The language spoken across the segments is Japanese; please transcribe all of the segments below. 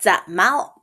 ザ・マオ。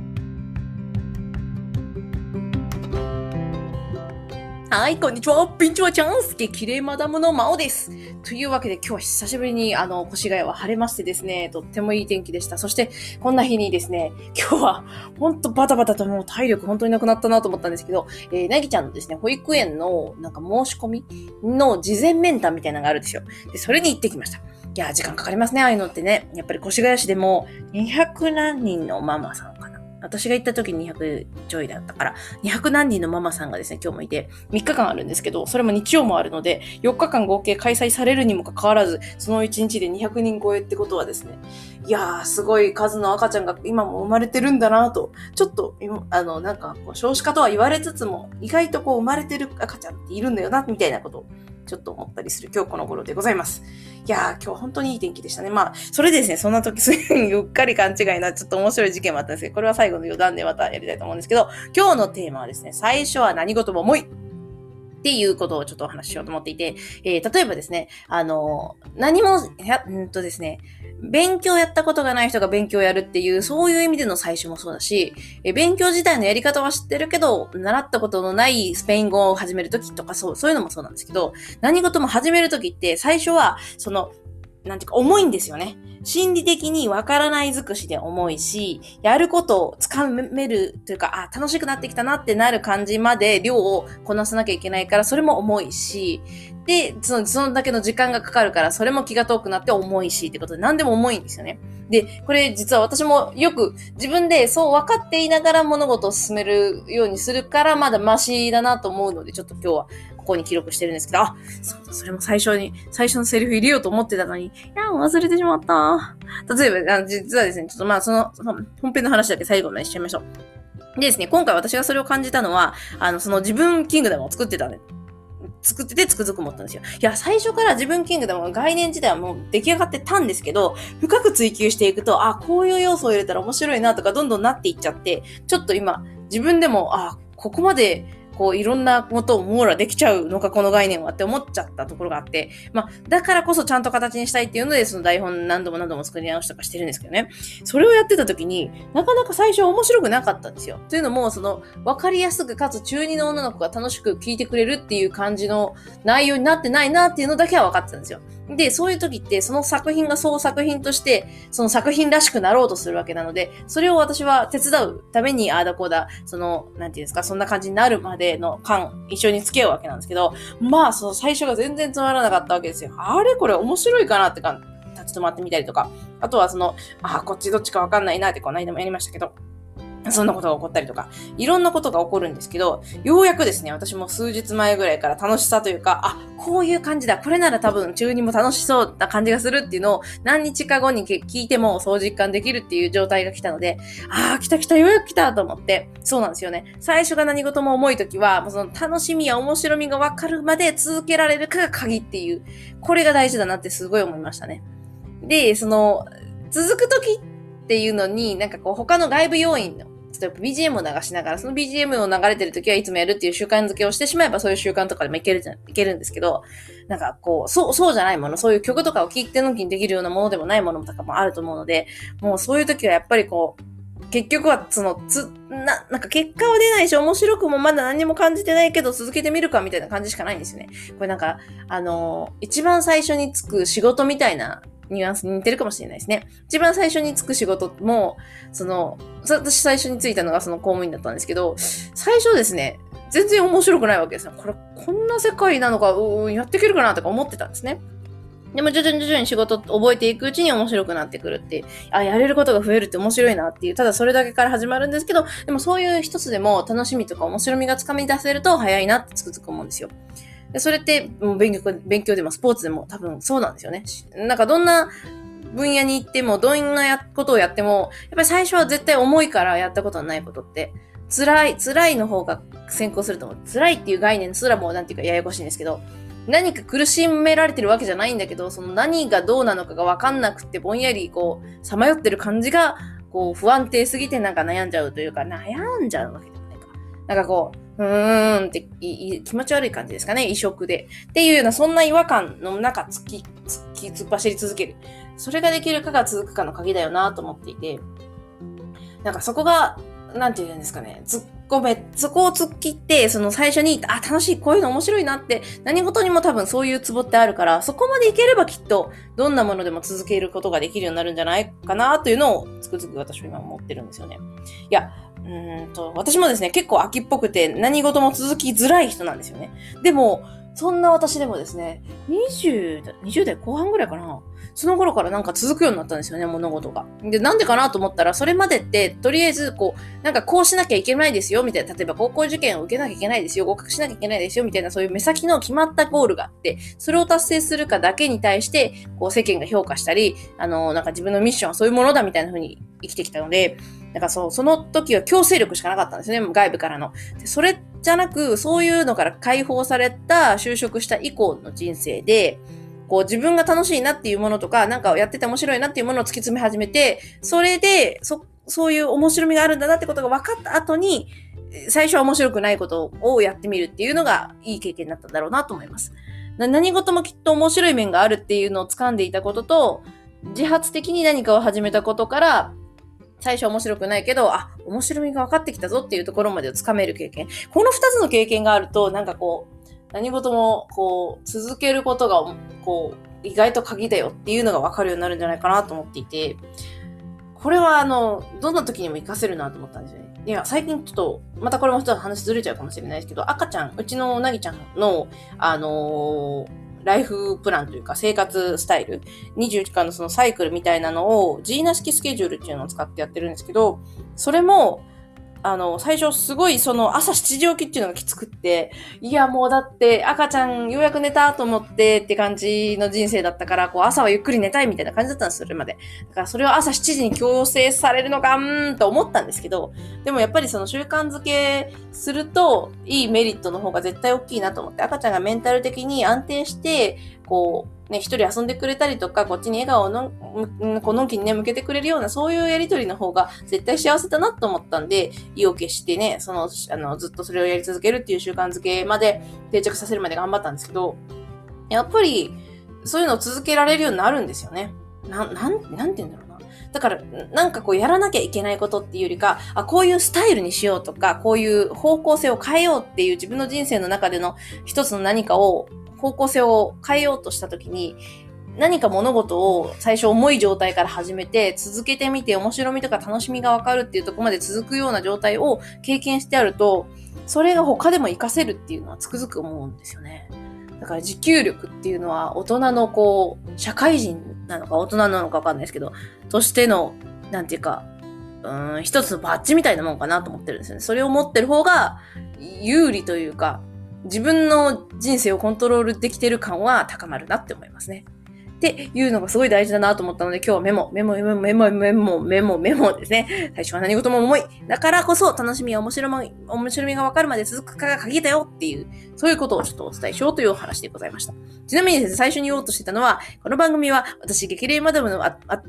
はい、こんにちは。ピンチはチャンス。激励マダムのマオです。というわけで今日は久しぶりに越谷は晴れましてですね、とってもいい天気でした。そしてこんな日にですね、今日はほんとバタバタともう体力本当になくなったなと思ったんですけど、なぎちゃんのですね、保育園のなんか申し込みの事前面談みたいなのがあるんですよ。で、それに行ってきました。いや、時間かかりますね、ああいうのってね。やっぱり越谷市でも200何人のママさんかな。私が行った時に200ちょいだったから、200何人のママさんがですね、今日もいて、3日間あるんですけど、それも日曜もあるので、4日間合計開催されるにもかかわらず、その1日で200人超えってことはですね、いやー、すごい数の赤ちゃんが今も生まれてるんだなと、ちょっと、なんか少子化とは言われつつも、意外と生まれてる赤ちゃんっているんだよな、みたいなことを、ちょっと思ったりする今日この頃でございます。いやー、今日本当にいい天気でしたね。まあ、それでですね、そんな時、そういうふうにうっかり勘違いな、ちょっと面白い事件もあったんですけど、これは最後の余談でまたやりたいと思うんですけど、今日のテーマはですね、最初は何事も重いっていうことをちょっとお話ししようと思っていて、例えばですね、何も、ですね、勉強やったことがない人が勉強やるっていう、そういう意味での最初もそうだし、勉強自体のやり方は知ってるけど、習ったことのないスペイン語を始めるときとか、そういうのもそうなんですけど、何事も始めるときって、最初は、なんていうか、重いんですよね。心理的にわからない尽くしで重いし、やることをつかめるというか、楽しくなってきたなってなる感じまで量をこなさなきゃいけないから、それも重いし、で、そのだけの時間がかかるから、それも気が遠くなって重いし、ってことで何でも重いんですよね。で、これ実は私もよく自分でそう分かっていながら物事を進めるようにするから、まだマシだなと思うので、ちょっと今日はここに記録してるんですけど、それも最初のセリフ入れようと思ってたのに、いや、忘れてしまった。例えば、実はですね、ちょっとその本編の話だけ最後までしちゃいましょう。でですね、今回私がそれを感じたのは、その自分キングダムを作っててつくづく思ったんですよ。いや、最初から自分キングダムの概念自体はもう出来上がってたんですけど、深く追求していくと、こういう要素を入れたら面白いなとかどんどんなっていっちゃって、ちょっと今、自分でも、ここまで、いろんなことを網羅できちゃうのか、この概念はって思っちゃったところがあって、だからこそちゃんと形にしたいっていうので、その台本何度も作り直しとかしてるんですけどね。それをやってた時に、なかなか最初面白くなかったんですよ。というのも、わかりやすくかつ中二の女の子が楽しく聞いてくれるっていう感じの内容になってないなっていうのだけは分かってたんですよ。で、そういう時って、その作品がそう作品として、その作品らしくなろうとするわけなので、それを私は手伝うために、こうだ、なんていうんですか、そんな感じになるまでの間、一緒に付き合うわけなんですけど、最初が全然つまらなかったわけですよ。これ面白いかなって立ち止まってみたりとか、あとはこっちどっちかわかんないなってこの間もやりましたけど、そんなことが起こったりとか、いろんなことが起こるんですけど、ようやくですね、私も数日前ぐらいから楽しさというか、こういう感じだ、これなら多分中にも楽しそうな感じがするっていうのを何日か後に聞いてもそう実感できるっていう状態が来たので、来た、ようやく来たと思って、そうなんですよね。最初が何事も重い時は、その楽しみや面白みがわかるまで続けられるかが鍵っていう、これが大事だなってすごい思いましたね。で、続く時っていうのに、他の外部要因の、例えば BGM を流しながら、その BGM を流れてるときはいつもやるっていう習慣づけをしてしまえばそういう習慣とかでもいけるんですけど、そうじゃないもの、そういう曲とかを聴いてのきにできるようなものでもないものとかもあると思うので、もうそういうときはやっぱり結局は結果は出ないし、面白くもまだ何も感じてないけど続けてみるかみたいな感じしかないんですよね。これ一番最初に就く仕事みたいなニュアンスに似てるかもしれないですね。一番最初に就く仕事も、私最初に就いたのが公務員だったんですけど、最初ですね、全然面白くないわけですよ。こんな世界なのか、やっていけるかなとか思ってたんですね。でも徐々に仕事覚えていくうちに面白くなってくるって、やれることが増えるって面白いなっていう、ただそれだけから始まるんですけど、でもそういう一つでも楽しみとか面白みがつかみ出せると早いなってつくづく思うんですよ。でそれってもう勉強でもスポーツでも多分そうなんですよね。どんな分野に行っても、どんなことをやっても、やっぱり最初は絶対重いからやったことのないことって、辛いの方が先行すると思う。辛いっていう概念すらもうなんていうかややこしいんですけど、何か苦しめられてるわけじゃないんだけど、その何がどうなのかがわかんなくて、ぼんやりさまよってる感じが、不安定すぎて悩んじゃうというか、悩んじゃうわけでもないか。って気持ち悪い感じですかね、異色で。っていうような、そんな違和感の中、突っ走り続ける。それができるかが続くかの鍵だよなと思っていて。 なんかそこが、なんて言うんですかね、そこを突っ切って、その最初に、楽しい、こういうの面白いなって、何事にも多分そういうツボってあるから、そこまでいければきっと、どんなものでも続けることができるようになるんじゃないかな、というのを、つくづく私は今思ってるんですよね。いや、私もですね、結構秋っぽくて、何事も続きづらい人なんですよね。でも、そんな私でもですね、20代後半ぐらいかな。その頃からなんか続くようになったんですよね、物事が。で、なんでかなと思ったら、それまでって、とりあえず、なんかこうしなきゃいけないですよ、みたいな。例えば高校受験を受けなきゃいけないですよ、合格しなきゃいけないですよ、みたいな、そういう目先の決まったゴールがあって、それを達成するかだけに対して、世間が評価したり、なんか自分のミッションはそういうものだ、みたいな風に生きてきたので、なんかその時は強制力しかなかったんですね、外部からの。でそれじゃなく、そういうのから解放された、就職した以降の人生で、自分が楽しいなっていうものとか、なんかやってて面白いなっていうものを突き詰め始めて、それで、そういう面白みがあるんだなってことが分かった後に、最初は面白くないことをやってみるっていうのがいい経験になったんだろうなと思います。何事もきっと面白い面があるっていうのを掴んでいたことと、自発的に何かを始めたことから、最初は面白くないけど、面白みが分かってきたぞっていうところまでを掴める経験。この二つの経験があると、なんか何事も続けることが意外と鍵だよっていうのが分かるようになるんじゃないかなと思っていて、これはどんな時にも活かせるなと思ったんですよね。いや、最近ちょっと、またこれもちょっと話ずれちゃうかもしれないですけど、赤ちゃん、うちのなぎちゃんの、ライフプランというか生活スタイル、24時間のそのサイクルみたいなのをジーナ式スケジュールっていうのを使ってやってるんですけど、それも、最初すごいその朝7時起きっていうのがきつくって、いやもうだって赤ちゃんようやく寝たと思ってって感じの人生だったから、朝はゆっくり寝たいみたいな感じだったんですよ、それまで。だからそれを朝7時に強制されるのか、と思ったんですけど、でもやっぱりその習慣づけするといいメリットの方が絶対大きいなと思って、赤ちゃんがメンタル的に安定して、一人遊んでくれたりとか、こっちに笑顔をのんきにね、向けてくれるような、そういうやりとりの方が絶対幸せだなと思ったんで、意を決してね、ずっとそれをやり続けるっていう習慣づけまで定着させるまで頑張ったんですけど、やっぱり、そういうのを続けられるようになるんですよね。なんて言うんだろうな。だから、なんかやらなきゃいけないことっていうよりか、こういうスタイルにしようとか、こういう方向性を変えようっていう自分の人生の中での一つの何かを、方向性を変えようとしたときに、何か物事を最初重い状態から始めて、続けてみて面白みとか楽しみがわかるっていうところまで続くような状態を経験してあると、それが他でも活かせるっていうのはつくづく思うんですよね。だから持久力っていうのは大人の社会人なのか大人なのかわかんないですけど、としての、なんていうか、一つのバッジみたいなもんかなと思ってるんですよね。それを持ってる方が有利というか、自分の人生をコントロールできてる感は高まるなって思いますね。っていうのがすごい大事だなと思ったので、今日はメモですね。最初は何事も重い。だからこそ楽しみや面白みが分かるまで続くかが鍵だよっていう、そういうことをちょっとお伝えしようというお話でございました。ちなみにですね、最初に言おうとしてたのは、この番組は私激励マダムの、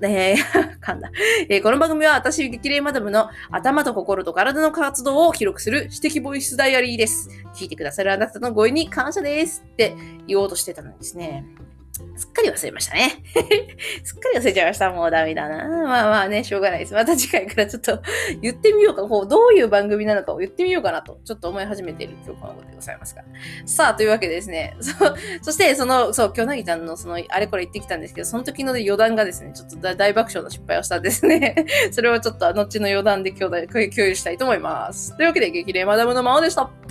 この番組は私激励マダムの頭と心と体の活動を記録する私的ボイスダイアリーです。聞いてくださるあなたのご縁に感謝ですって言おうとしてたのにですね。すっかり忘れましたね。すっかり忘れちゃいました。もうダメだな。まあね、しょうがないです。また次回からちょっと言ってみようか。どういう番組なのかを言ってみようかなと、ちょっと思い始めている今日このことでございますが。さあ、というわけでですね。そして、今日なぎちゃんのあれこれ言ってきたんですけど、その時の余談がですね、ちょっと大爆笑の失敗をしたんですね。それをちょっと後の余談で共有したいと思います。というわけで、激励マダムのまおでした。